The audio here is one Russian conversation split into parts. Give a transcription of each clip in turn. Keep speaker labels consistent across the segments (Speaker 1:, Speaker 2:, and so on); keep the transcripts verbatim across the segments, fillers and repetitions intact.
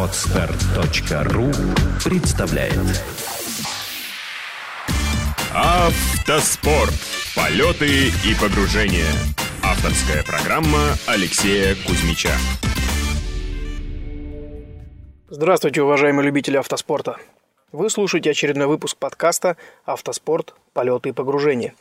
Speaker 1: Подстер точка ру представляет
Speaker 2: Автоспорт. Полеты и погружения. Авторская программа Алексея Кузьмича.
Speaker 3: Здравствуйте, уважаемые любители автоспорта. Вы слушаете очередной выпуск подкаста «Автоспорт. Полеты и погружения».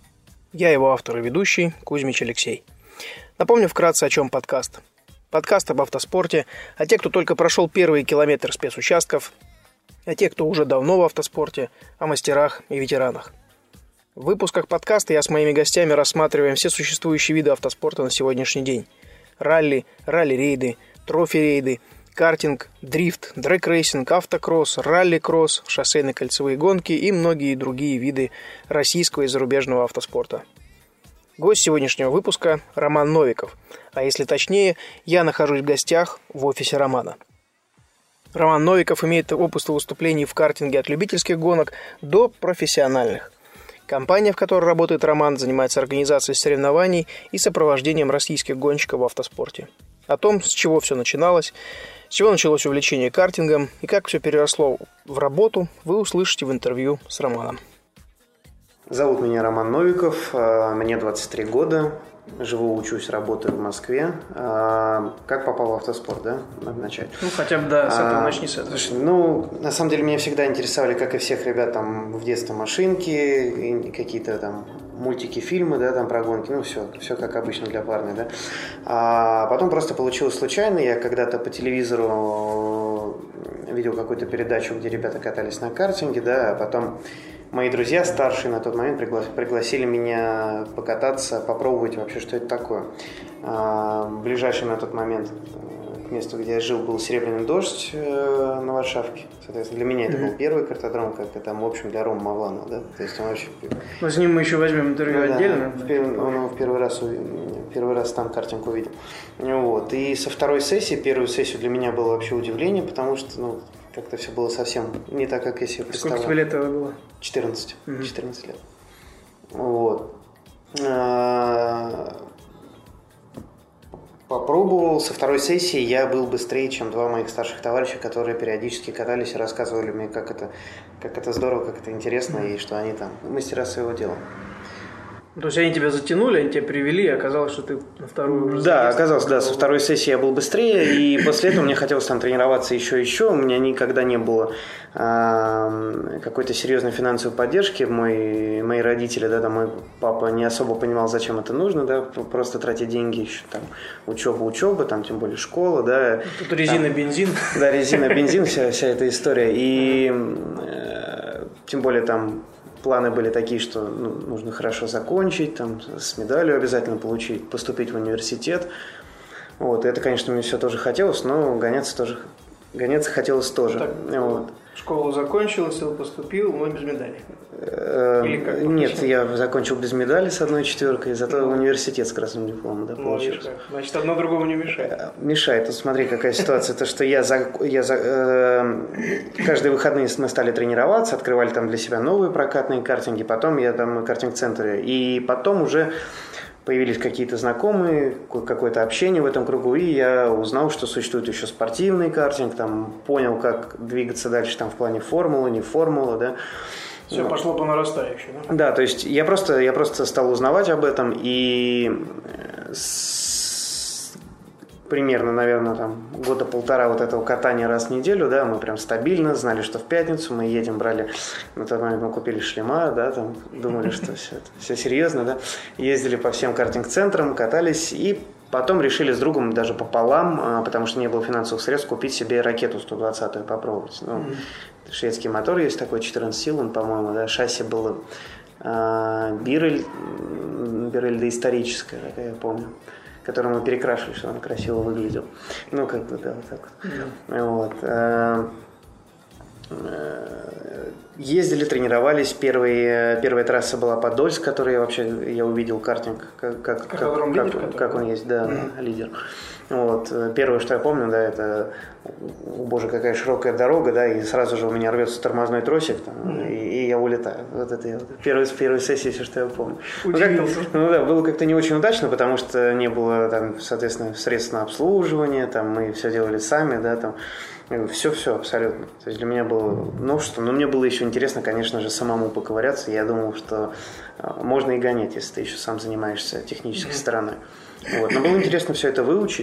Speaker 3: Я его автор и ведущий Кузьмич Алексей. Напомню вкратце, о чем подкаст. Подкаст об автоспорте, а те, кто только прошел первый километр спецучастков, а те, кто уже давно в автоспорте, о мастерах и ветеранах. В выпусках подкаста я с моими гостями рассматриваем все существующие виды автоспорта на сегодняшний день. Ралли, ралли-рейды, трофи-рейды, картинг, дрифт, дрэг-рейсинг, автокросс, ралли-кросс, шоссейно-кольцевые гонки и многие другие виды российского и зарубежного автоспорта. Гость сегодняшнего выпуска – Роман Новиков, а если точнее, я нахожусь в гостях в офисе Романа. Роман Новиков имеет опыт выступлений в картинге от любительских гонок до профессиональных. Компания, в которой работает Роман, занимается организацией соревнований и сопровождением российских гонщиков в автоспорте. О том, с чего все начиналось, с чего началось увлечение картингом и как все переросло в работу, вы услышите в интервью с Романом.
Speaker 4: Зовут меня Роман Новиков, мне двадцать три года, живу, учусь, работаю в Москве. Как попал в автоспорт, да? Надо начать.
Speaker 3: Ну, хотя бы, да, с этого а, начни с этого.
Speaker 4: Слушай, ну, на самом деле, меня всегда интересовали, как и всех ребят, там, в детстве машинки, какие-то там мультики, фильмы, да, там, про гонки, ну, все, все как обычно для парня, да. А потом просто получилось случайно, я когда-то по телевизору видел какую-то передачу, где ребята катались на картинге, да, а потом мои друзья, старшие на тот момент, пригла- пригласили меня покататься, попробовать вообще, что это такое. А, ближайший на тот момент к месту, где я жил, был Серебряный дождь э, на Варшавке. Соответственно, для меня mm-hmm. это был первый картодром, как это там, в общем, для Рома Мавланова, да. То есть он очень...
Speaker 3: Но с ним мы еще возьмем интервью ну, отдельно.
Speaker 4: Да, в, он его в первый раз, первый раз там картинг увидел. Вот. И со второй сессии, первую сессию для меня было вообще удивление, потому что, ну, как-то все было совсем не так, как я себе представлял.
Speaker 3: Сколько тебе лет тогда было?
Speaker 4: четырнадцать.
Speaker 3: Mm-hmm.
Speaker 4: четырнадцать лет. Вот. Попробовал. Со второй сессии я был быстрее, чем два моих старших товарища, которые периодически катались и рассказывали мне, как это, как это здорово, как это интересно, mm-hmm. и что они там мастера своего дела.
Speaker 3: То есть они тебя затянули, они тебя привели, и оказалось, что ты на вторую уже
Speaker 4: Да, оказалось, да, со второй сессии я был быстрее, и после этого мне хотелось там тренироваться еще и еще. У меня никогда не было э, какой-то серьезной финансовой поддержки. Мой, мои родители, да, там, мой папа не особо понимал, зачем это нужно, да, просто тратить деньги еще там, учеба, учеба, там, тем более школа, да.
Speaker 3: Тут резина, там, бензин.
Speaker 4: Да, резина, бензин, вся, вся эта история. И э, тем более там... Планы были такие, что ну, нужно хорошо закончить, там, с медалью обязательно получить, поступить в университет. Вот, и это, конечно, мне все тоже хотелось, но гоняться тоже, гоняться хотелось тоже. Так, вот.
Speaker 3: Школу закончил, поступил, но без медали. Или как?
Speaker 4: Нет, я закончил без медали с одной четверкой, зато ну, университет с красным дипломом, да, получился.
Speaker 3: Ну, значит, одно другому не мешает.
Speaker 4: Мешает. Вот смотри, какая ситуация. То, что я, за, я за, э, каждые выходные мы стали тренироваться, открывали там для себя новые прокатные картинги, потом я там в картинг-центре, и потом уже появились какие-то знакомые, какое-то общение в этом кругу, и я узнал, что существует еще спортивный картинг, там понял, как двигаться дальше там в плане формулы, не формулы, да.
Speaker 3: Все ну, пошло по нарастающей, да?
Speaker 4: Да, то есть я просто, я просто стал узнавать об этом, и с... примерно, наверное, там года полтора вот этого катания раз в неделю, да, мы прям стабильно знали, что в пятницу мы едем, брали, на тот момент мы купили шлема, да, там думали, что все, все серьезно, да, ездили по всем картинг-центрам, катались, и потом решили с другом даже пополам, потому что не было финансовых средств, купить себе ракету сто двадцатую, попробовать. Ну, mm-hmm. Шведский мотор есть такой, четырнадцать сил, он, по-моему, да, шасси было э, Бирель, Бирель доисторическая, такая, я помню, которую мы перекрашивали, чтобы он красиво выглядел. Ну, как бы, да, вот так вот. Mm-hmm. Вот. Э, ездили, тренировались. Первый, первая трасса была Подольск, которой я вообще я увидел картинг, как, как, как, как, как, как он есть, да, mm-hmm. лидер. Вот. Первое, что я помню, да, это, о, боже, какая широкая дорога, да, и сразу же у меня рвется тормозной тросик, там, mm-hmm. и, и я улетаю. Вот это я, первая, с первой сессии все, что я помню.
Speaker 3: Удивился.
Speaker 4: Ну, ну да, было как-то не очень удачно, потому что не было там, соответственно, средств на обслуживание, там, мы все делали сами, да, там. Все-все, абсолютно. То есть для меня было новшество, но мне было еще интересно, конечно же, самому поковыряться. Я думал, что можно и гонять, если ты еще сам занимаешься технической mm-hmm. стороной. Вот. Но было интересно все это выучить.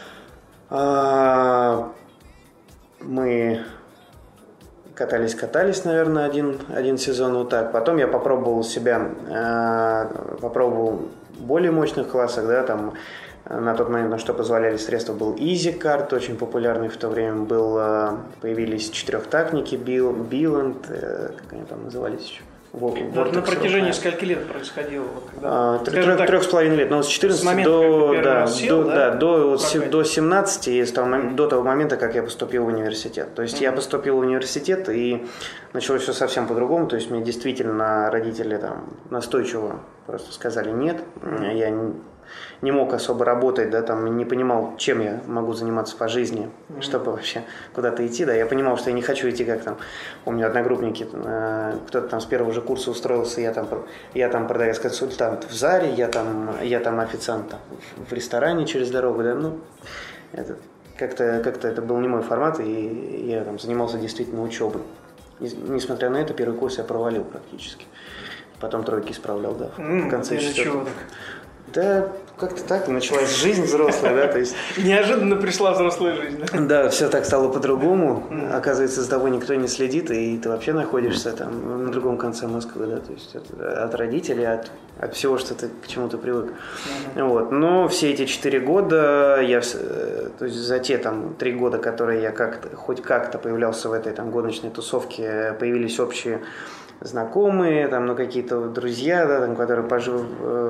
Speaker 4: Мы катались-катались, наверное, один, один сезон вот так. Потом я попробовал себя, попробовал в более мощных классах, да, там. На тот момент, на что позволяли средства, был EasyCart, очень популярный в то время был. Появились четырехтактники, Биланд, как они там назывались еще?
Speaker 3: Да, на протяжении скольки лет происходило? Когда,
Speaker 4: а, трех, так, трех с половиной лет, но с четырнадцати с до, да, сел, до, да? Да, до, вот, до семнадцати, с того, до того момента, как я поступил в университет. То есть mm-hmm. я поступил в университет, и началось все совсем по-другому. То есть мне действительно родители там настойчиво просто сказали нет. Mm-hmm. Я не, не мог особо работать, да, там не понимал, чем я могу заниматься по жизни, mm-hmm. чтобы вообще куда-то идти, да. Я понимал, что я не хочу идти, как там, у меня одногруппники, э, кто-то там с первого же курса устроился, я там, я там продавец-консультант в Заре, я там, я там официант там, в ресторане через дорогу, да, ну, это, как-то, как-то это был не мой формат, и я там занимался действительно учебой. И, несмотря на это, первый курс я провалил практически. Потом тройки исправлял, да, mm, в конце четвертого. Да, как-то так, началась жизнь взрослая, да, то есть...
Speaker 3: Неожиданно пришла взрослая жизнь, да?
Speaker 4: Да, все так стало по-другому, mm. оказывается, за тобой никто не следит, и ты вообще находишься там на другом конце Москвы, да, то есть от, от родителей, от, от всего, что ты к чему-то привык. Mm-hmm. Вот, но все эти четыре года, я, то есть за те там три года, которые я как-то, хоть как-то появлялся в этой там гоночной тусовке, появились общие знакомые, там, ну, какие-то друзья, да, там, которые пожив...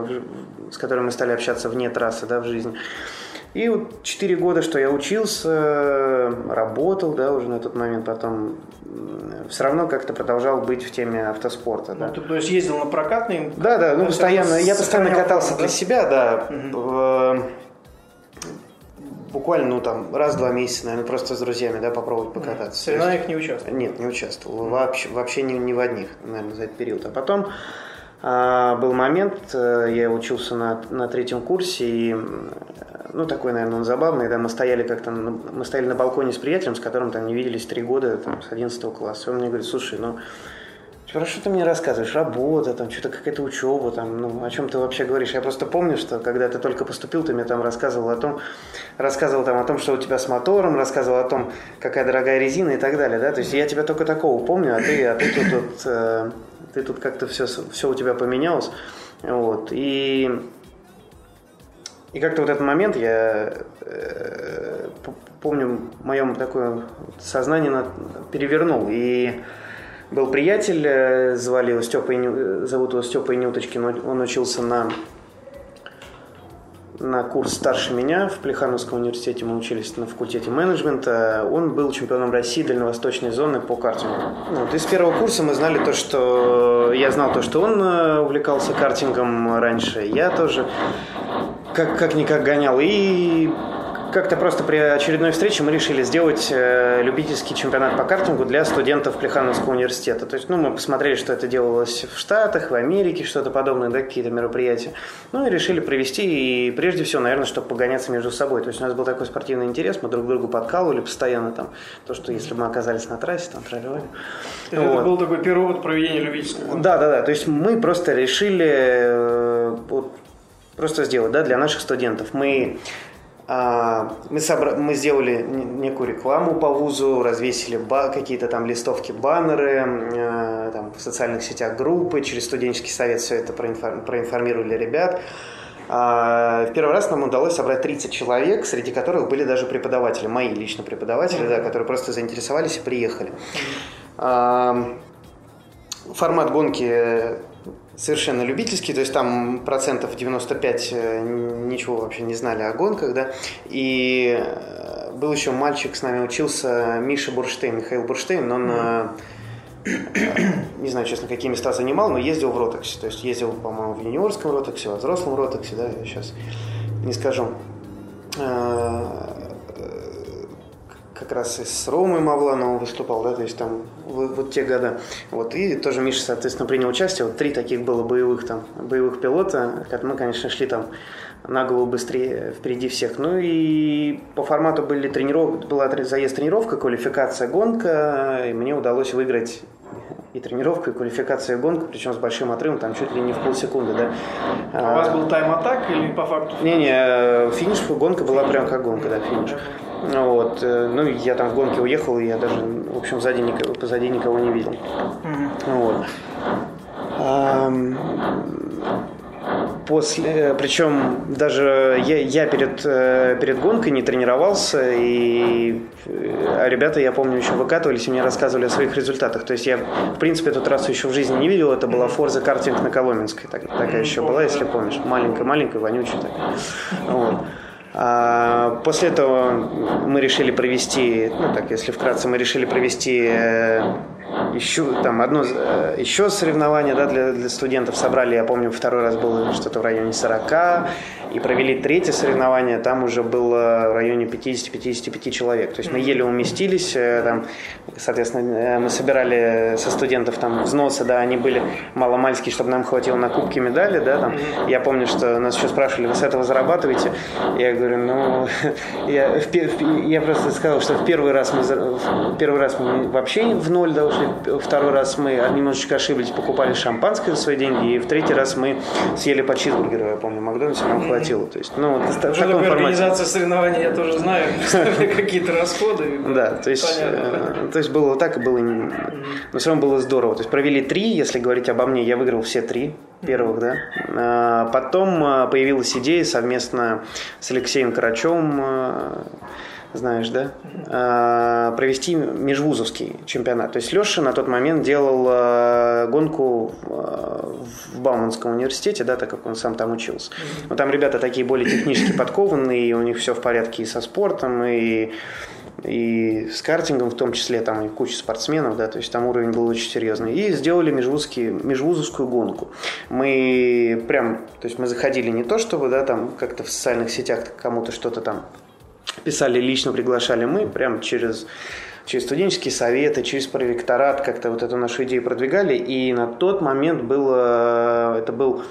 Speaker 4: с которыми мы стали общаться вне трассы, да, в жизни. И вот четыре года, что я учился, работал, да, уже на тот момент, потом все равно как-то продолжал быть в теме автоспорта. Да.
Speaker 3: Ну, ты, то есть ездил на прокатный?
Speaker 4: Да, да, ну, постоянно, я постоянно катался форму, для да? себя, да, угу. Буквально, ну, там, раз-два месяца, наверное, просто с друзьями, да, попробовать покататься.
Speaker 3: В соревнованиях не участвовал?
Speaker 4: Нет, не участвовал. Mm-hmm. Вообще, вообще ни, ни в одних, наверное, за этот период. А потом а, был момент, я учился на, на третьем курсе, и, ну, такой, наверное, он забавный, да, мы стояли как-то, мы стояли на балконе с приятелем, с которым там не виделись три года, там, с одиннадцатого класса. И он мне говорит: слушай, ну, про что ты мне рассказываешь? Работа, там, что-то какая-то учеба, там, ну, о чем ты вообще говоришь? Я просто помню, что когда ты только поступил, ты мне там рассказывал о том, рассказывал там о том, что у тебя с мотором, рассказывал о том, какая дорогая резина и так далее, да, то есть я тебя только такого помню, а ты, а ты тут, вот, э, ты тут как-то все, все у тебя поменялось, вот, и, и как-то вот этот момент я э, помню, мое такое сознание перевернул, и был приятель, звали его Степа, зовут его Степа Инюточкин, он учился на, на курс старше меня в Плехановском университете, мы учились на факультете менеджмента, он был чемпионом России дальневосточной зоны по картингу. Вот, и с первого курса мы знали то, что я знал то, что он увлекался картингом раньше, я тоже как, как-никак гонял, и как-то просто при очередной встрече мы решили сделать э, любительский чемпионат по картингу для студентов Плехановского университета. То есть, ну, мы посмотрели, что это делалось в Штатах, в Америке, что-то подобное, да, какие-то мероприятия. Ну, и решили провести, и прежде всего, наверное, чтобы погоняться между собой. То есть, у нас был такой спортивный интерес, мы друг другу подкалывали постоянно, там, то, что если бы мы оказались на трассе, там, тролливали.
Speaker 3: Это вот. Был такой первый опыт проведения любительского.
Speaker 4: Да, да, да. То есть, мы просто решили э, вот, просто сделать, да, для наших студентов. Мы... Мы, собра... мы сделали некую рекламу по вузу, развесили ба... какие-то там листовки, баннеры, э, там, в социальных сетях группы, через студенческий совет все это проинфор... проинформировали ребят. А в первый раз нам удалось собрать тридцать человек, среди которых были даже преподаватели, мои лично преподаватели, да, которые просто заинтересовались и приехали. А формат гонки совершенно любительский, то есть там процентов девяносто пять ничего вообще не знали о гонках, да, и был еще мальчик, с нами учился, Миша Бурштейн, Михаил Бурштейн, он, не знаю, честно, какие места занимал, но ездил в Ротексе, то есть ездил, по-моему, в юниорском Ротексе, во взрослом Ротексе, да, я сейчас не скажу. как раз и с Ромой Мавлановым выступал, да, то есть там вот, вот те года. Вот, и тоже Миша, соответственно, принял участие. Вот три таких было боевых там, боевых пилота. Мы, конечно, шли там на голову быстрее впереди всех. Ну и по формату были тренировки, была заезд, тренировка, квалификация, гонка. И мне удалось выиграть и тренировку, и квалификация, и гонку, причем с большим отрывом, там чуть ли не в полсекунды, да.
Speaker 3: А у вас был тайм-атак или по факту?
Speaker 4: Не-не, финиш, гонка была прям как гонка, да, финиш. Вот. Ну, я там в гонке уехал, и я даже, в общем, сзади никого, позади никого не видел. Mm-hmm. Вот. После, причем даже я, я перед, перед гонкой не тренировался, и а ребята, я помню, еще выкатывались и мне рассказывали о своих результатах. То есть я, в принципе, эту трассу еще в жизни не видел. Это была Форза картинг на Коломенской. Так, такая еще была, если помнишь. Маленькая-маленькая, вонючая такая. Вот. А после этого мы решили провести, ну так, если вкратце, мы решили провести еще там одно еще соревнование, да, для, для студентов. Собрали, я помню, второй раз было что-то в районе сорока, и провели третье соревнование, там уже было в районе пятьдесят-пятьдесят пять человек. То есть мы еле уместились, там, соответственно, мы собирали со студентов там взносы, да, они были маломальские, чтобы нам хватило на кубки, медали, да, там. Я помню, что нас еще спрашивали, вы с этого зарабатываете? Я говорю, ну, я, в, я просто сказал, что в первый раз мы, в первый раз мы вообще в ноль, да, ушли, второй раз мы немножечко ошиблись, покупали шампанское за свои деньги, и в третий раз мы съели по чизбургеру, я помню, в Макдональдсе нам хватило. То есть, ну, в таком формате.
Speaker 3: Организация соревнований я тоже знаю, какие-то расходы.
Speaker 4: Да, то есть, э, то есть было вот так, и было, но все равно было здорово. То есть провели три, если говорить обо мне, я выиграл все три первых, да. А потом появилась идея совместно с Алексеем Карачевым, знаешь, да, а, провести межвузовский чемпионат. То есть Леша на тот момент делал а, гонку а, в Бауманском университете, да, так как он сам там учился. Но там ребята такие более технически подкованные, и у них все в порядке и со спортом, и, и с картингом в том числе, там и куча спортсменов, да, то есть там уровень был очень серьезный. И сделали межвузовскую гонку. Мы прям, то есть мы заходили не то, чтобы, да, там как-то в социальных сетях кому-то что-то там писали, лично приглашали, мы прям через, через студенческие советы, через проректорат как-то вот эту нашу идею продвигали. И на тот момент было, это был,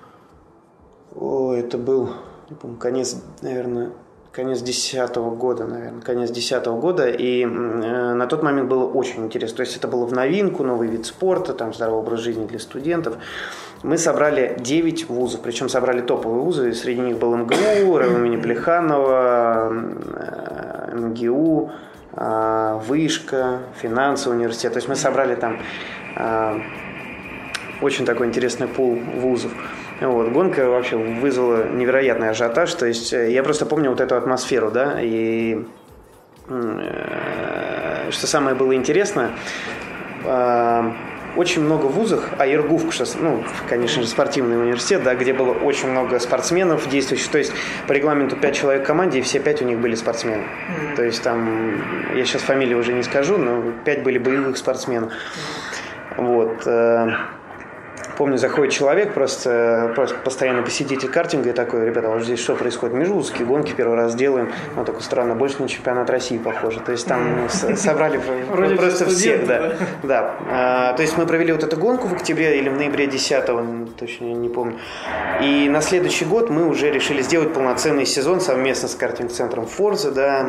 Speaker 4: о, это был, не помню, конец, наверное, конец десятого года, наверное, конец десятого года, и э, на тот момент было очень интересно. То есть это было в новинку, новый вид спорта, там здоровый образ жизни для студентов. Мы собрали девять вузов, причем собрали топовые вузы, среди них был МГУ, РАО имени Плеханова, МГУ, Вышка, финансовый университет. То есть мы собрали там очень такой интересный пул вузов. Вот, гонка вообще вызвала невероятный ажиотаж. То есть я просто помню вот эту атмосферу, да, и что самое было интересное, очень много в вузах, а ИРГУФ, ну, конечно же, спортивный университет, да, где было очень много спортсменов действующих, то есть по регламенту пять человек в команде, и все пять у них были спортсмены. Mm-hmm. То есть там, я сейчас фамилии уже не скажу, но пять были боевых спортсменов. Вот. Помню, заходит человек, просто, просто постоянно посетитель картинга, и такой, ребята, вот здесь что происходит? Межвузовские гонки первый раз делаем. Ну, такой странно, больше на чемпионат России похоже. То есть там собрали просто всех, да. Да. А, то есть мы провели вот эту гонку в октябре или в ноябре десятого, точно не помню. И на следующий год мы уже решили сделать полноценный сезон совместно с картинг-центром Форза, да.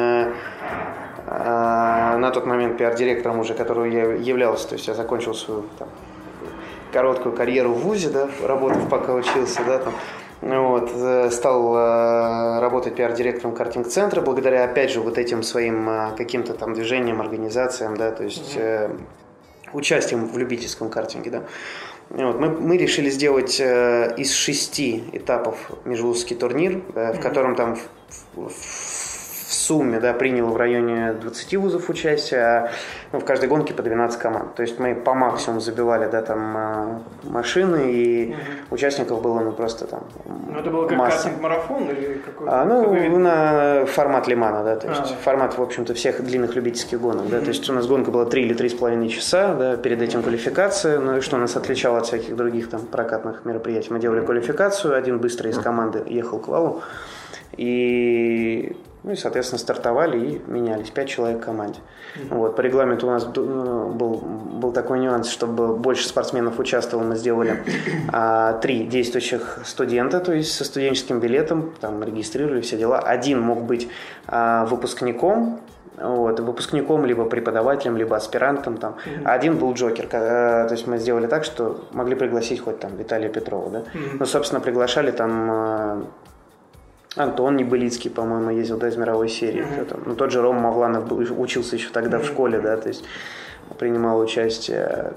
Speaker 4: А, на тот момент пиар-директором уже, которого я являлся, то есть я закончил свою там короткую карьеру в вузе, да, работав пока учился, да, там, вот, стал э, работать пиар-директором картинг-центра благодаря, опять же, вот этим своим э, каким-то там движениям, организациям, да, то есть э, участием в любительском картинге, да. Вот, мы, мы решили сделать э, из шести этапов межвузовский турнир, да, в котором там в, в, в сумме, да, приняло в районе двадцати вузов участие, а ну, в каждой гонке по двенадцать команд. То есть мы по максимуму забивали, да, там машины, и угу. участников было ну просто там
Speaker 3: ну, это было как картинг-марафон или какой-то?
Speaker 4: А, ну, какой на формат Лимана, да, то есть а. формат, в общем-то, всех длинных любительских гонок, да, угу. то есть у нас гонка была три или три с половиной часа, да, перед этим квалификация, ну и что нас отличало от всяких других там прокатных мероприятий. Мы делали квалификацию, один быстрый из команды ехал к валу, И, ну, и, соответственно, стартовали и менялись. Пять человек в команде. Mm-hmm. Вот. По регламенту у нас был, был такой нюанс, чтобы больше спортсменов участвовало. Мы сделали а, три действующих студента, то есть со студенческим билетом, там регистрировали все дела. Один мог быть а, выпускником, вот, выпускником, либо преподавателем, либо аспирантом. Там. Mm-hmm. А один был джокер. То есть мы сделали так, что могли пригласить хоть там Виталия Петрова. Да? Mm-hmm. Ну, собственно, приглашали там Антон Небылицкий, по-моему, ездил, да, из мировой серии. Mm-hmm. Ну, тот же Рома Мавланов учился еще тогда mm-hmm. в школе, да, то есть принимал участие.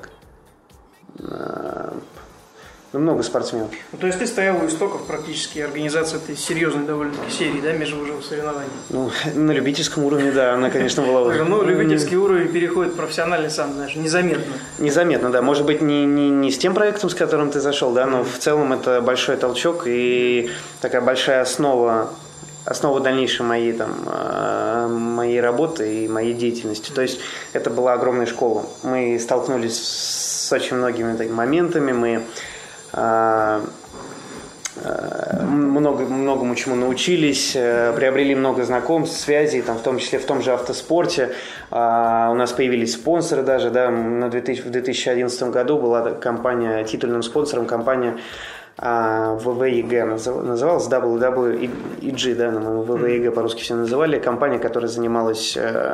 Speaker 4: Ну, много спортсменов.
Speaker 3: Ну, то есть ты стоял у истоков практически организации этой серьезной довольно-таки серии, да, межвузовых соревнований?
Speaker 4: Ну, на любительском уровне, да, она, конечно, была...
Speaker 3: Ну, любительский уровень переходит в профессиональный, сам знаешь, незаметно.
Speaker 4: Незаметно, да. Может быть, не, не, не с тем проектом, с которым ты зашел, да, но в целом это большой толчок и такая большая основа, основа дальнейшей моей, там, моей работы и моей деятельности. То есть это была огромная школа. Мы столкнулись с очень многими такими моментами, мы много, многому чему научились, приобрели много знакомств, связей, там, в том числе в том же автоспорте. У нас появились спонсоры даже, да, на две тысячи, в две тысячи одиннадцатом году была компания, титульным спонсором компания вэ вэ и джи называлась, дабл ю дабл ю и джи, да, мы вэ вэ и джи по-русски все называли, компания, которая занималась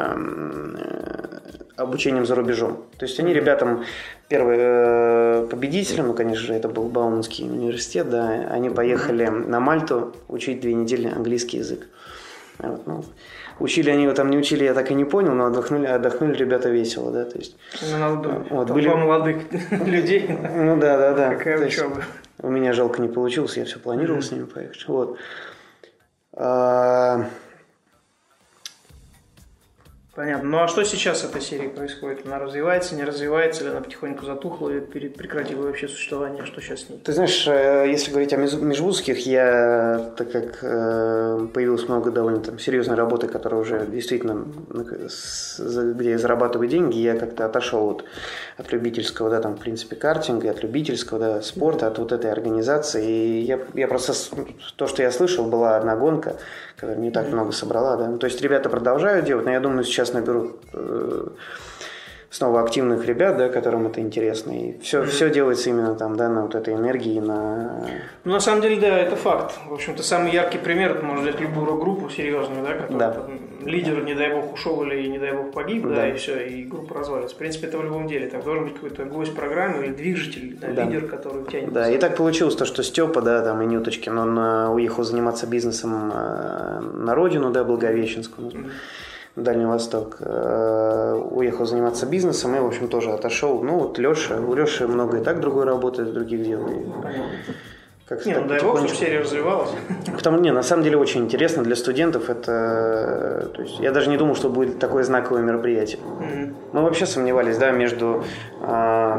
Speaker 4: обучением за рубежом. То есть они ребятам, первые победителям, ну, конечно же, это был Бауманский университет, да, они поехали на Мальту учить две недели английский язык. Вот, ну, учили они его там, не учили, я так и не понял, но отдохнули, отдохнули ребята весело, да, то есть...
Speaker 3: Ну, вот, были молодых людей.
Speaker 4: Ну, да, да, да.
Speaker 3: Какая учеба.
Speaker 4: У меня жалко не получилось, я все планировал mm-hmm. с ними поехать. Вот. А...
Speaker 3: Понятно. Ну а что сейчас с этой серией происходит? Она развивается, не развивается, или она потихоньку затухла и прекратила вообще существование? Что сейчас с ней?
Speaker 4: Ты знаешь, если говорить о межвузских, я, так как появилось много довольно там серьезной работы, которая уже действительно, где я зарабатываю деньги, я как-то отошел от, от любительского, да, там, в принципе, картинга, от любительского, да, спорта, от вот этой организации. И я, я просто, то, что я слышал, была одна гонка, которая не так много собрала, да. То есть ребята продолжают делать, но я думаю, сейчас наберут э, снова активных ребят, да, которым это интересно. И все, mm-hmm. все делается именно там, да, на вот этой энергии, на...
Speaker 3: Ну, на самом деле, да, это факт. В общем-то, самый яркий пример, это можно взять любую рок-группу серьезную, да, которая
Speaker 4: да.
Speaker 3: лидер, не дай бог, ушел или, не дай бог, погиб, да, да, и все, и группа разваливается. В принципе, это в любом деле. Так должен быть какой-то гость программы или движитель, да,
Speaker 4: да.
Speaker 3: лидер, который тянет.
Speaker 4: Да, и так получилось то, что Степа, да, там, и Нюточкин, он uh, уехал заниматься бизнесом uh, на родину, да, Благовещенскую, mm-hmm. Дальний Восток, уехал заниматься бизнесом и, в общем, тоже отошел. Ну, вот Леша, у Леши много и так другой работы, других дел.
Speaker 3: Как не, ну дай бог, чтобы серия развивалась.
Speaker 4: Потому не, на самом деле очень интересно для студентов. Это, то есть, я даже не думал, что будет такое знаковое мероприятие. Mm-hmm. Мы вообще сомневались, да, между... Э,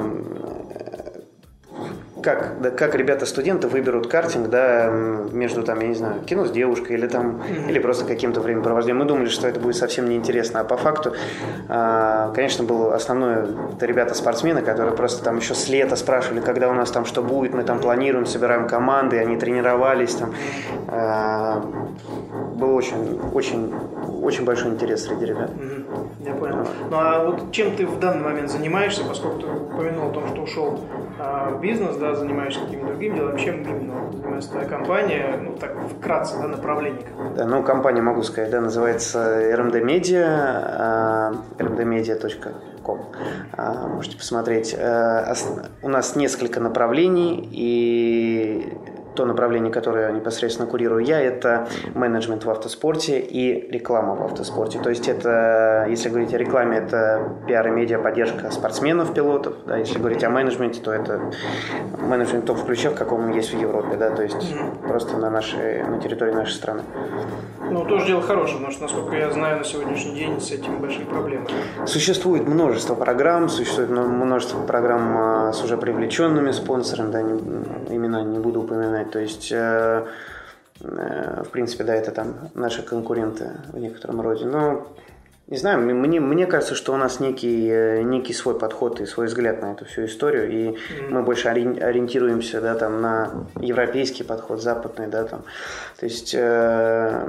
Speaker 4: Как, да, как ребята-студенты выберут картинг, да, между, там, я не знаю, кино с девушкой или, там, mm-hmm. или просто каким-то времяпровождением. Мы думали, что это будет совсем неинтересно. А по факту, а, конечно, было основное, это ребята-спортсмены, которые просто там еще с лета спрашивали, когда у нас там что будет, мы там планируем, собираем команды, они тренировались. Там. А, был очень, очень, очень большой интерес среди ребят.
Speaker 3: Mm-hmm. Я понял. Ну а вот чем ты в данный момент занимаешься, поскольку ты упомянул о том, что ушел а, в бизнес, да, занимаешься какими-то другими делами, чем именно занимается твоя компания, ну так вкратце, да, направление какое-то?
Speaker 4: Да, ну компания, могу сказать, да, называется эр эм дэ Media, эр эм дэ медиа точка ком. Можете посмотреть. У нас несколько направлений, и то направление, которое непосредственно курирую я, это менеджмент в автоспорте и реклама в автоспорте. То есть это, если говорить о рекламе, это пиар и медиа поддержка спортсменов, пилотов. Да, если говорить о менеджменте, то это менеджмент в том ключе, в каком он есть в Европе, да, то есть mm-hmm. просто на, нашей, на территории нашей страны.
Speaker 3: Ну, тоже дело хорошее, потому что, насколько я знаю, на сегодняшний день с этим большие проблемы.
Speaker 4: Существует множество программ, существует множество программ с уже привлеченными спонсорами, да, не, имена не буду упоминать. То есть, э, э, в принципе, да, это там наши конкуренты в некотором роде. Но Не знаю, мне, мне кажется, что у нас некий, некий свой подход и свой взгляд на эту всю историю, и mm-hmm. мы больше ориентируемся, да, там, на европейский подход, западный, да, там. То есть э,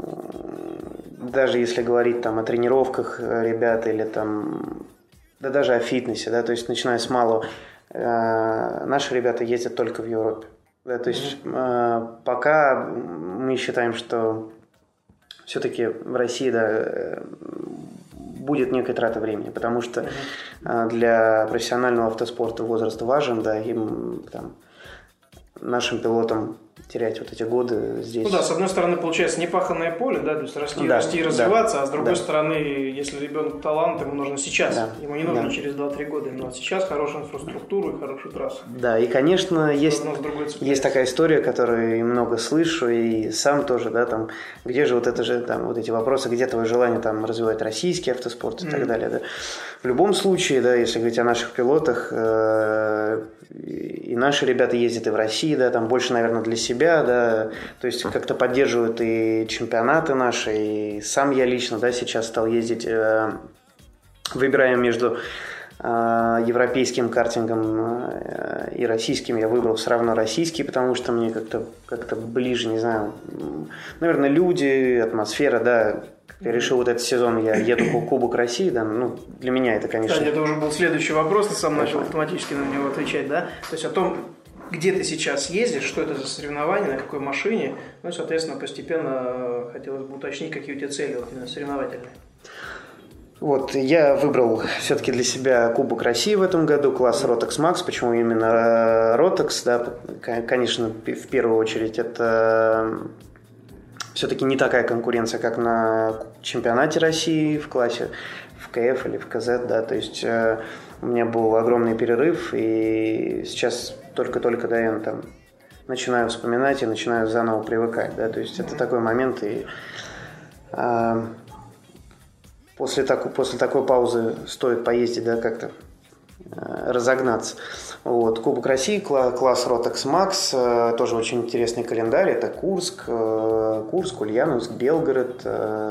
Speaker 4: даже если говорить там о тренировках ребят или там, да даже о фитнесе, да, то есть начиная с малого, э, наши ребята ездят только в Европе, да, то есть э, пока мы считаем, что все-таки в России, да, будет некая трата времени, потому что mm-hmm. для профессионального автоспорта возраст важен, да, им там, нашим пилотам терять вот эти годы здесь.
Speaker 3: Ну да, с одной стороны, получается непаханное поле, да, то есть расти,
Speaker 4: да,
Speaker 3: расти и развиваться,
Speaker 4: да,
Speaker 3: а с другой
Speaker 4: да.
Speaker 3: стороны, если ребенок талант, ему нужно сейчас,
Speaker 4: да,
Speaker 3: ему не нужно
Speaker 4: да.
Speaker 3: через два-три года, ему надо сейчас хорошую инфраструктуру и хорошую трассу.
Speaker 4: Да, и, конечно, есть, есть такая история, которую я много слышу, и сам тоже, да, там, где же вот это же, там, вот эти вопросы, где твое желание там развивать российский автоспорт и mm. так далее, да. В любом случае, да, если говорить о наших пилотах, э, и наши ребята ездят и в России, да, там больше, наверное, для себя, да, то есть как-то поддерживают и чемпионаты наши, и сам я лично, да, сейчас стал ездить, э, выбираем между э, европейским картингом э, и российским, я выбрал все равно российский, потому что мне как-то, как-то ближе, не знаю, наверное, люди, атмосфера, да. Я решил вот этот сезон, я еду по Кубок России, да, ну, для меня это, конечно...
Speaker 3: Кстати, это уже был следующий вопрос, ты сам начал автоматически на него отвечать, да? То есть о том, где ты сейчас ездишь, что это за соревнования, на какой машине, ну и, соответственно, постепенно хотелось бы уточнить, какие у тебя цели вот именно соревновательные.
Speaker 4: Вот, я выбрал все-таки для себя Кубок России в этом году, класс Rotax Max. Почему именно Rotax, да, конечно, в первую очередь это... Все-таки не такая конкуренция, как на чемпионате России в классе в ка эф или в ка зет, да, то есть э, у меня был огромный перерыв, и сейчас только-только, да, я там начинаю вспоминать и начинаю заново привыкать, да, то есть это такой момент, и э, после, так, после такой паузы стоит поездить, да, как-то э, разогнаться. Вот. Кубок России, класс Rotax Max, тоже очень интересный календарь. Это Курск, Курск, Ульяновск, Белгород,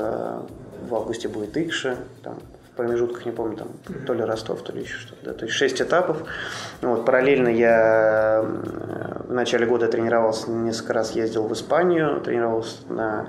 Speaker 4: в августе будет Икша, там, в промежутках, не помню, там, то ли Ростов, то ли еще что-то. Да. То есть шесть этапов. Вот. Параллельно я в начале года тренировался, несколько раз ездил в Испанию, тренировался на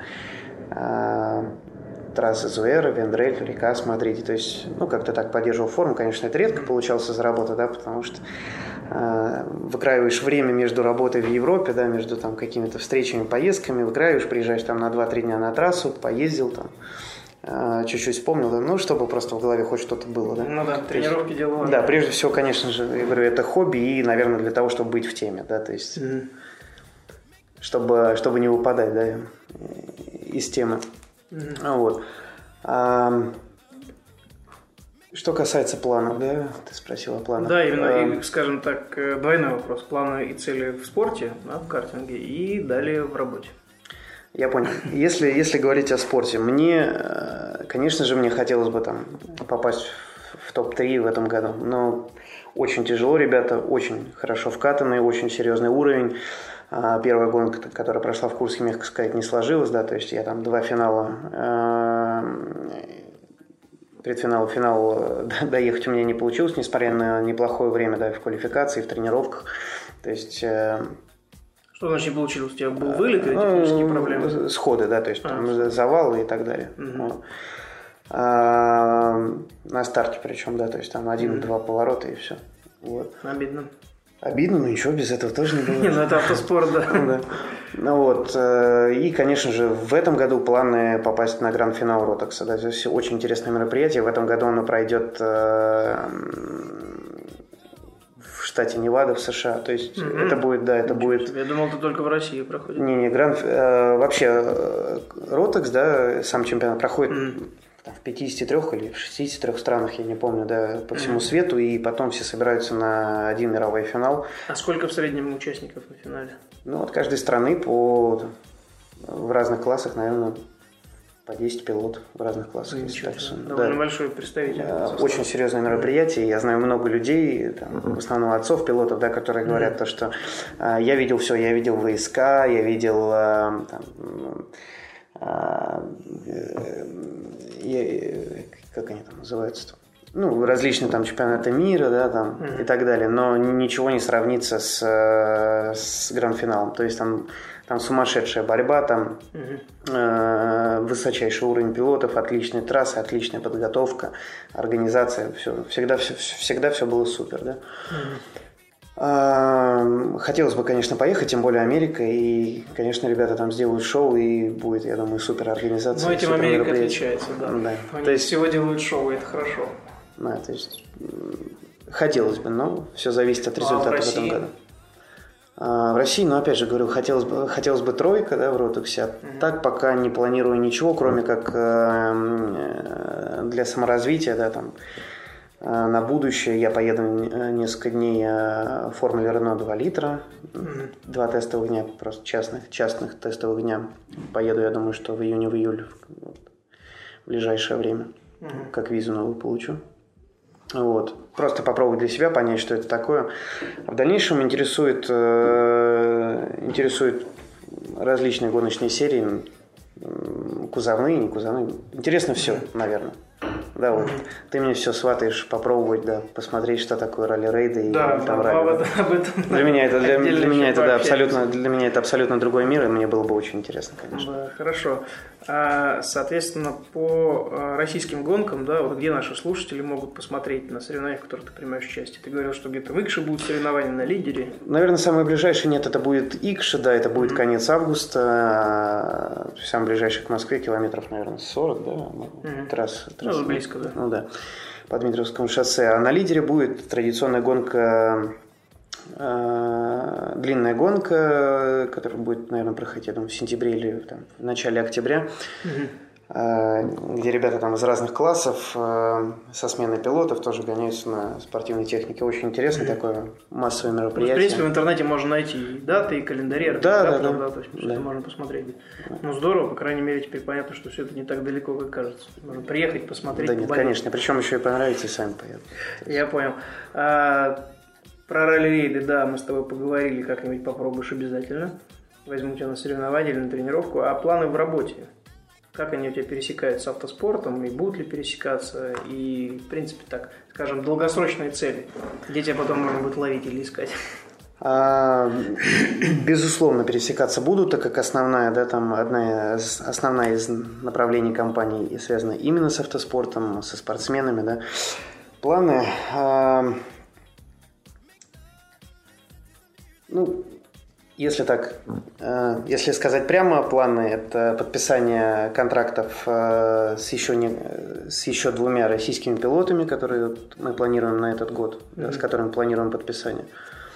Speaker 4: трассы Зуэра, Вендрель, Река, смотрите, то есть, ну, как-то так поддерживал форму, конечно, это редко получалось из работы, да, потому что э, выкраиваешь время между работой в Европе, да, между там какими-то встречами, поездками, выкраиваешь, приезжаешь там на два-три дня на трассу, поездил там, э, чуть-чуть вспомнил, да, ну, чтобы просто в голове хоть что-то было, да.
Speaker 3: Ну да, тренировки делают.
Speaker 4: Да, прежде всего, конечно же, я говорю, это хобби и, наверное, для того, чтобы быть в теме, да, то есть, mm-hmm. чтобы, чтобы не выпадать, да, из темы. Mm-hmm. Вот. А, что касается планов, да, ты спросила о планах.
Speaker 3: Да, именно, а, и, скажем так, двойной вопрос. Планы и цели в спорте, да, в картинге, и далее в работе.
Speaker 4: Я понял. Если, если говорить о спорте, мне, конечно же, мне хотелось бы там попасть в топ три в этом году, но очень тяжело, ребята, очень хорошо вкатанные, очень серьезный уровень. Первая гонка, которая прошла в Курске, мягко сказать, не сложилась, да, то есть я там два финала, предфинал, финал доехать у меня не получилось, несмотря на неплохое время, да, в квалификации, в тренировках, то есть...
Speaker 3: Что значит не получилось? У тебя был вылет или технические проблемы?
Speaker 4: Сходы, да, то есть а, там завалы и так далее. Угу. А, на старте причем, да, то есть там один-два угу. поворота и все. Вот.
Speaker 3: Обидно.
Speaker 4: Обидно, но ничего, без этого тоже не было.
Speaker 3: Не, ну это автоспорт, да.
Speaker 4: Ну вот, и, конечно же, в этом году планы попасть на гранд-финал Ротакса. Да, здесь очень интересное мероприятие. В этом году оно пройдет в штате Невада в США. То есть mm-hmm. это будет, да, это будет...
Speaker 3: Я думал, это только в России проходит.
Speaker 4: Не-не, гранд... Вообще, Ротакс, да, сам чемпионат проходит... Mm-hmm. в пятидесяти трёх или в шестидесяти трёх странах, я не помню, да, по всему mm-hmm. свету, и потом все собираются на один мировой финал.
Speaker 3: А сколько в среднем участников на финале?
Speaker 4: Ну, от каждой страны по... в разных классах, наверное, по десять пилотов в разных классах.
Speaker 3: Mm-hmm. Довольно да. большое представительство.
Speaker 4: Очень серьезное мероприятие. Я знаю много людей, там, mm-hmm. в основном отцов пилотов, да, которые говорят mm-hmm. то, что а, я видел все, я видел ВСК, я видел а, там, как они там называются-то? Ну, различные там чемпионаты мира, да, там mm-hmm. и так далее, но ничего не сравнится с, с гранд-финалом. То есть там, там сумасшедшая борьба, там mm-hmm. э, высочайший уровень пилотов, отличные трассы, отличная подготовка, организация, все, всегда, все, всегда все было супер, да. Mm-hmm. Э, хотелось бы, конечно, поехать, тем более Америка, и, конечно, ребята там сделают шоу, и будет, я думаю, супер организация.
Speaker 3: Но этим Америка отличается, да. да. Они
Speaker 4: то есть,
Speaker 3: всего делают шоу, и это хорошо.
Speaker 4: Да, то есть хотелось бы, но все зависит от результата а в, в этом году. А в России, ну, опять же говорю, хотелось бы, хотелось бы тройка, да, в Ротексе. А угу. Так пока не планирую ничего, кроме как э, для саморазвития, да, там, э, на будущее я поеду несколько дней в Формуле Рено два литра, угу. два тестовых дня, просто частных, частных тестовых дня. Поеду, я думаю, что в июне, в июле, вот, в ближайшее время, угу. как визу новую получу. Вот. Просто попробовать для себя понять, что это такое. А в дальнейшем интересует, э, интересует различные гоночные серии, кузовные, не кузовные. Интересно все, наверное. Да, вот. Ты мне все сватаешь попробовать, да, посмотреть, что такое ралли-рейды и
Speaker 3: да,
Speaker 4: там
Speaker 3: да,
Speaker 4: ралли.
Speaker 3: Об этом,
Speaker 4: для меня это для, для меня это да, абсолютно для меня это абсолютно другой мир, и мне было бы очень интересно, конечно.
Speaker 3: Да, хорошо. А, соответственно, по российским гонкам, да, вот где наши слушатели могут посмотреть на соревнования, в которых ты принимаешь участие? Ты говорил, что где-то в Икше будут соревнования на лидере.
Speaker 4: Наверное, самое ближайшее нет, это будет Икша, да, это будет mm-hmm. конец августа. Самый ближайший к Москве километров, наверное, сорок, да, mm-hmm. трасса. трасса.
Speaker 3: Ну, близко, да.
Speaker 4: Ну да, по Дмитровскому шоссе. А на лидере будет традиционная гонка, э, длинная гонка, которая будет, наверное, проходить, я думаю, в сентябре или там, в начале октября, mm-hmm. э, где ребята там из разных классов э, со сменой пилотов тоже гоняются на спортивной технике. Очень интересно, mm-hmm. такое массовое мероприятие.
Speaker 3: Ну, в принципе, в интернете можно найти и даты, и календари.
Speaker 4: Да, да, да.
Speaker 3: да, то есть
Speaker 4: да.
Speaker 3: можно посмотреть. Ну, здорово, по крайней мере, теперь понятно, что все это не так далеко, как кажется. Можно приехать, посмотреть.
Speaker 4: Да нет, поболеть. Конечно. Причем еще и понравится, и сами поедут.
Speaker 3: Я понял. А, про ралли-рейды, да, мы с тобой поговорили, как-нибудь попробуешь обязательно. Возьму тебя на соревнования или на тренировку. А планы в работе? Как они у тебя пересекаются с автоспортом, и будут ли пересекаться, и, в принципе, так, скажем, долгосрочные цели, где тебя потом можно будет ловить или искать?
Speaker 4: А, безусловно, пересекаться будут, так как основная, да, там одна из, основная из направлений компании связана именно с автоспортом, со спортсменами, да. Планы, а, ну, если так, э, если сказать прямо, планы – это подписание контрактов э, с, еще не, с еще двумя российскими пилотами, которые мы планируем на этот год, mm-hmm. да, с которыми планируем подписание.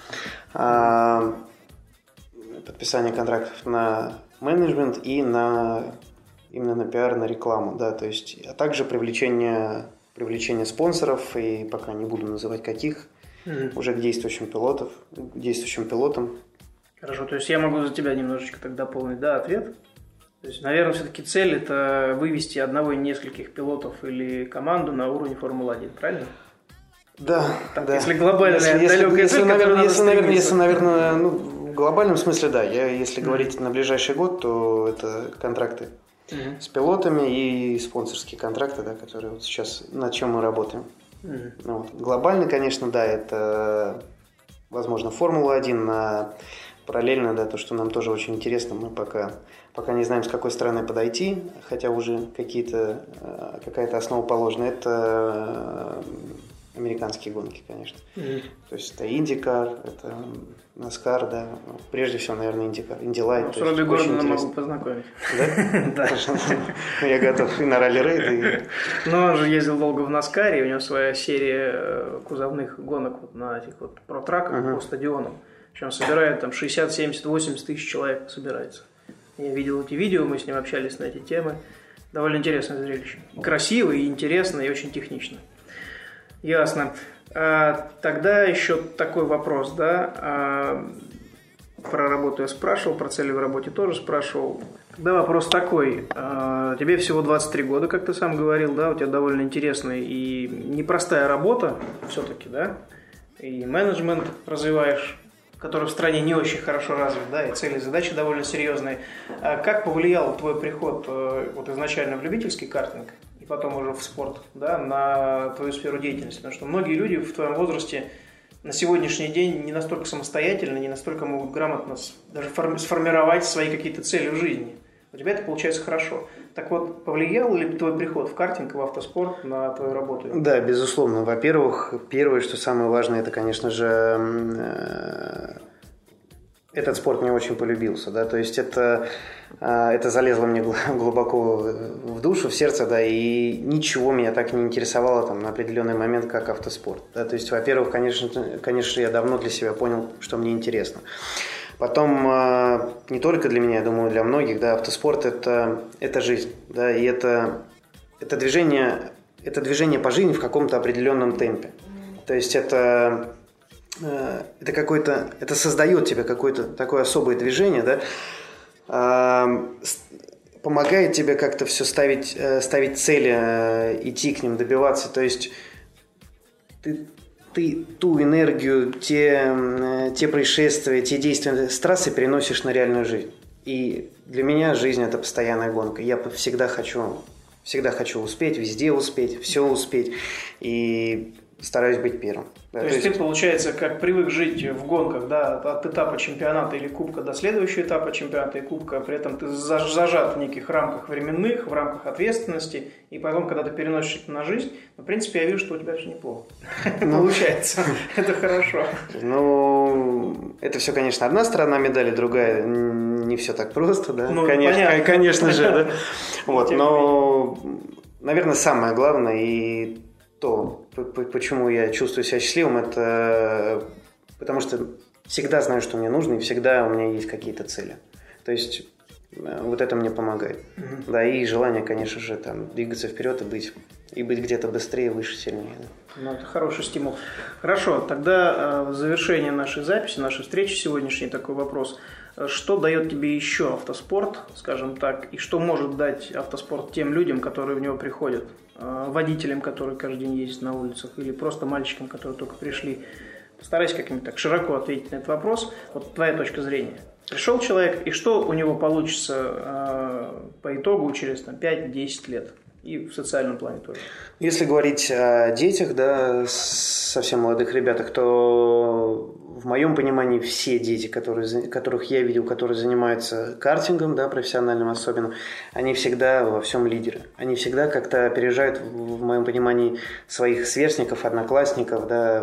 Speaker 4: А, подписание контрактов на менеджмент и на, именно на пиар, на рекламу, да, то есть, а также привлечение, привлечение спонсоров, и пока не буду называть каких, mm-hmm. уже к действующим пилотам, к действующим пилотам.
Speaker 3: Хорошо, то есть я могу за тебя немножечко тогда дополнить, да, ответ? То есть, наверное, все-таки цель – это вывести одного или нескольких пилотов или команду на уровень Формулы один, правильно?
Speaker 4: Да,
Speaker 3: так,
Speaker 4: да.
Speaker 3: Если глобальная,
Speaker 4: если,
Speaker 3: далекая
Speaker 4: если,
Speaker 3: цель,
Speaker 4: наверное, если, наверное,
Speaker 3: если,
Speaker 4: наверное, ну, в глобальном смысле, да. Я, если mm-hmm. говорить на ближайший год, то это контракты mm-hmm. с пилотами и спонсорские контракты, да, которые вот сейчас, над чем мы работаем. Mm-hmm. Ну, вот. Глобально, конечно, да, это, возможно, Формула один, на... Параллельно, да, то, что нам тоже очень интересно, мы пока, пока не знаем, с какой стороны подойти, хотя уже какие-то, какая-то основа положена. Это американские гонки, конечно. Mm-hmm. То есть это IndyCar, это NASCAR, да. Прежде всего, наверное, IndyCar, Indy Light.
Speaker 3: С Робби Гордоном могу познакомить.
Speaker 4: Да? Да. Я готов и на ралли-рейды.
Speaker 3: Ну, он же ездил долго в NASCAR, и у него своя серия кузовных гонок на этих вот протраках по стадионам. Причем собирает там шестьдесят, семьдесят, восемьдесят тысяч человек собирается. Я видел эти видео, мы с ним общались на эти темы. Довольно интересное зрелище. Красиво и интересно, и очень технично. Ясно. А, тогда еще такой вопрос, да. А, про работу я спрашивал, про цели в работе тоже спрашивал. Тогда вопрос такой. А, тебе всего двадцать три года, как ты сам говорил, да, у тебя довольно интересная и непростая работа все-таки, да, и менеджмент развиваешь, который в стране не очень хорошо развит, да, и цели и задачи довольно серьезные. А как повлиял твой приход вот изначально в любительский картинг и потом уже в спорт, да, на твою сферу деятельности? Потому что многие люди в твоем возрасте на сегодняшний день не настолько самостоятельны, не настолько могут грамотно даже сформировать свои какие-то цели в жизни. У тебя это получается хорошо. Так вот, повлиял ли твой приход в картинг и в автоспорт на твою работу?
Speaker 4: Да, безусловно. Во-первых, первое, что самое важное, это, конечно же, этот спорт мне очень полюбился, да, то есть это, это залезло мне глубоко в душу, в сердце, да, и ничего меня так не интересовало там на определенный момент, как автоспорт, да, то есть, во-первых, конечно, конечно, я давно для себя понял, что мне интересно. Потом, не только для меня, я думаю, для многих, да, автоспорт это, это жизнь, да, и это, это, движение, это движение по жизни в каком-то определенном темпе. То есть это, это какой-то, это создает тебе какое-то такое особое движение, да, помогает тебе как-то все ставить, ставить цели, идти к ним, добиваться. То есть ты ты ту энергию, те, те происшествия, те действия с трассы переносишь на реальную жизнь. И для меня жизнь – это постоянная гонка. Я всегда хочу, всегда хочу успеть, везде успеть, все успеть. И стараюсь быть первым.
Speaker 3: Да, то, то есть, есть ты, получается, как привык жить в гонках, да, от этапа чемпионата или кубка до следующего этапа чемпионата и кубка, при этом ты зажат в неких рамках временных, в рамках ответственности, и потом, когда ты переносишь это на жизнь, в принципе, я вижу, что у тебя все неплохо. Получается. Это хорошо.
Speaker 4: Ну, это все, конечно, одна сторона медали, другая не все так просто, да.
Speaker 3: Ну, понятно.
Speaker 4: Конечно же, да. Вот, но, наверное, самое главное и то, почему я чувствую себя счастливым, это потому что всегда знаю, что мне нужно, и всегда у меня есть какие-то цели. То есть вот это мне помогает. Mm-hmm. Да, и желание, конечно же, там, двигаться вперед и быть, и быть где-то быстрее, выше, сильнее. Да.
Speaker 3: Ну, это хороший стимул. Хорошо, тогда в завершение нашей записи, нашей встречи сегодняшней такой вопрос. Что дает тебе еще автоспорт, скажем так, и что может дать автоспорт тем людям, которые в него приходят? Водителям, которые каждый день ездят на улицах, или просто мальчикам, которые только пришли? Постарайся как-нибудь так широко ответить на этот вопрос. Вот твоя точка зрения. Пришел человек, и что у него получится э, по итогу через там, пять-десять лет? И в социальном плане тоже.
Speaker 4: Если говорить о детях, да, совсем молодых ребятах, то в моем понимании все дети, которые, которых я видел, которые занимаются картингом, да, профессиональным особенно, они всегда во всем лидеры. Они всегда как-то опережают, в моем понимании, своих сверстников, одноклассников, да,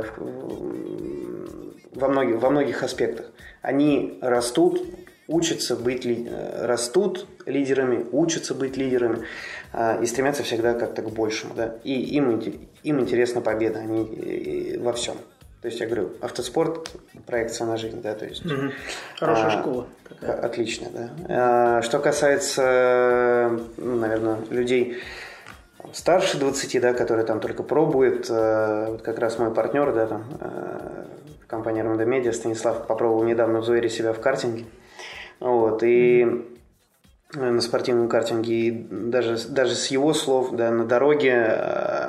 Speaker 4: во многих, во многих аспектах. Они растут, учатся быть, растут лидерами, учатся быть лидерами и стремятся всегда как-то к большему. Да? И им, им интересна победа, они во всем. То есть, я говорю, автоспорт, проекция на жизнь, да, то есть...
Speaker 3: Угу. Хорошая а, школа. Такая.
Speaker 4: Отлично, да. А, что касается, ну, наверное, людей старше двадцати, да, которые там только пробуют, вот как раз мой партнер, да, там, в компании Ромда Медиа, Станислав, попробовал недавно в Зуэре себя в картинге, вот, и на спортивном картинге, и даже, даже с его слов, да, на дороге,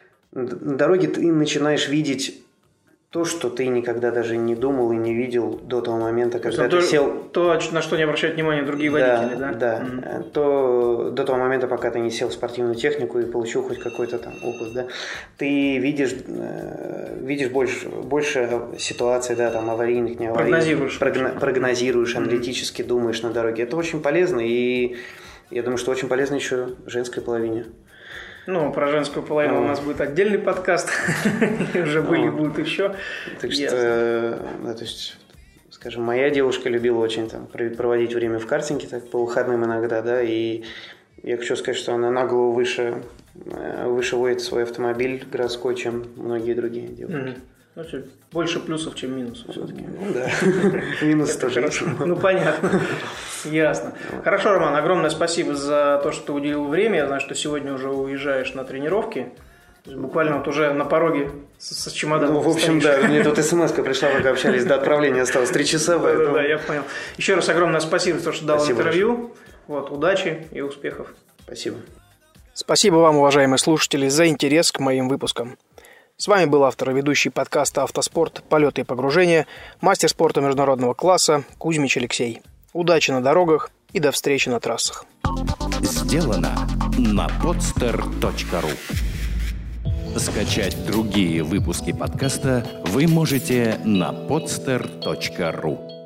Speaker 4: на дороге ты начинаешь видеть то, что ты никогда даже не думал и не видел до того момента, когда ты
Speaker 3: то,
Speaker 4: сел...
Speaker 3: То, на что не обращают внимания другие водители, да?
Speaker 4: Да, да. Mm-hmm. То, до того момента, пока ты не сел в спортивную технику и получил хоть какой-то там опыт, да, ты видишь, э, видишь больше, больше ситуаций, да, там, аварийных, не аварийных.
Speaker 3: Прогнозируешь.
Speaker 4: Прогно- прогнозируешь, mm-hmm. аналитически думаешь на дороге. Это очень полезно, и я думаю, что очень полезно еще женской половине.
Speaker 3: Ну, про женскую половину ну, у нас будет отдельный подкаст. Уже были, будут еще.
Speaker 4: Так что, да, то есть, скажем, моя девушка любила очень там проводить время в картинге, так по выходным иногда, да, и я хочу сказать, что она на голову выше, выше водит свой автомобиль городской, чем многие другие девушки.
Speaker 3: Значит, больше плюсов, чем минусов все-таки.
Speaker 4: Ну да, минус тоже.
Speaker 3: Хорошо. Ну понятно, ясно. Хорошо, Роман, огромное спасибо за то, что ты уделил время. Я знаю, что сегодня уже уезжаешь на тренировки. Буквально вот уже на пороге с, с чемоданом.
Speaker 4: Ну, в общем, да, мне тут смс-ка пришла, пока общались, до отправления осталось три часа.
Speaker 3: Да, да, да, я понял. Еще раз огромное спасибо за то, что дал интервью. Вот, удачи и успехов.
Speaker 4: Спасибо.
Speaker 3: Спасибо вам, уважаемые слушатели, за интерес к моим выпускам. С вами был автор и ведущий подкаста «Автоспорт. Полеты и погружения», мастер спорта международного класса Кузьмич Алексей. Удачи на дорогах и до встречи на трассах.
Speaker 1: Сделано на podster точка ру. Скачать другие выпуски подкаста вы можете на podster точка ру.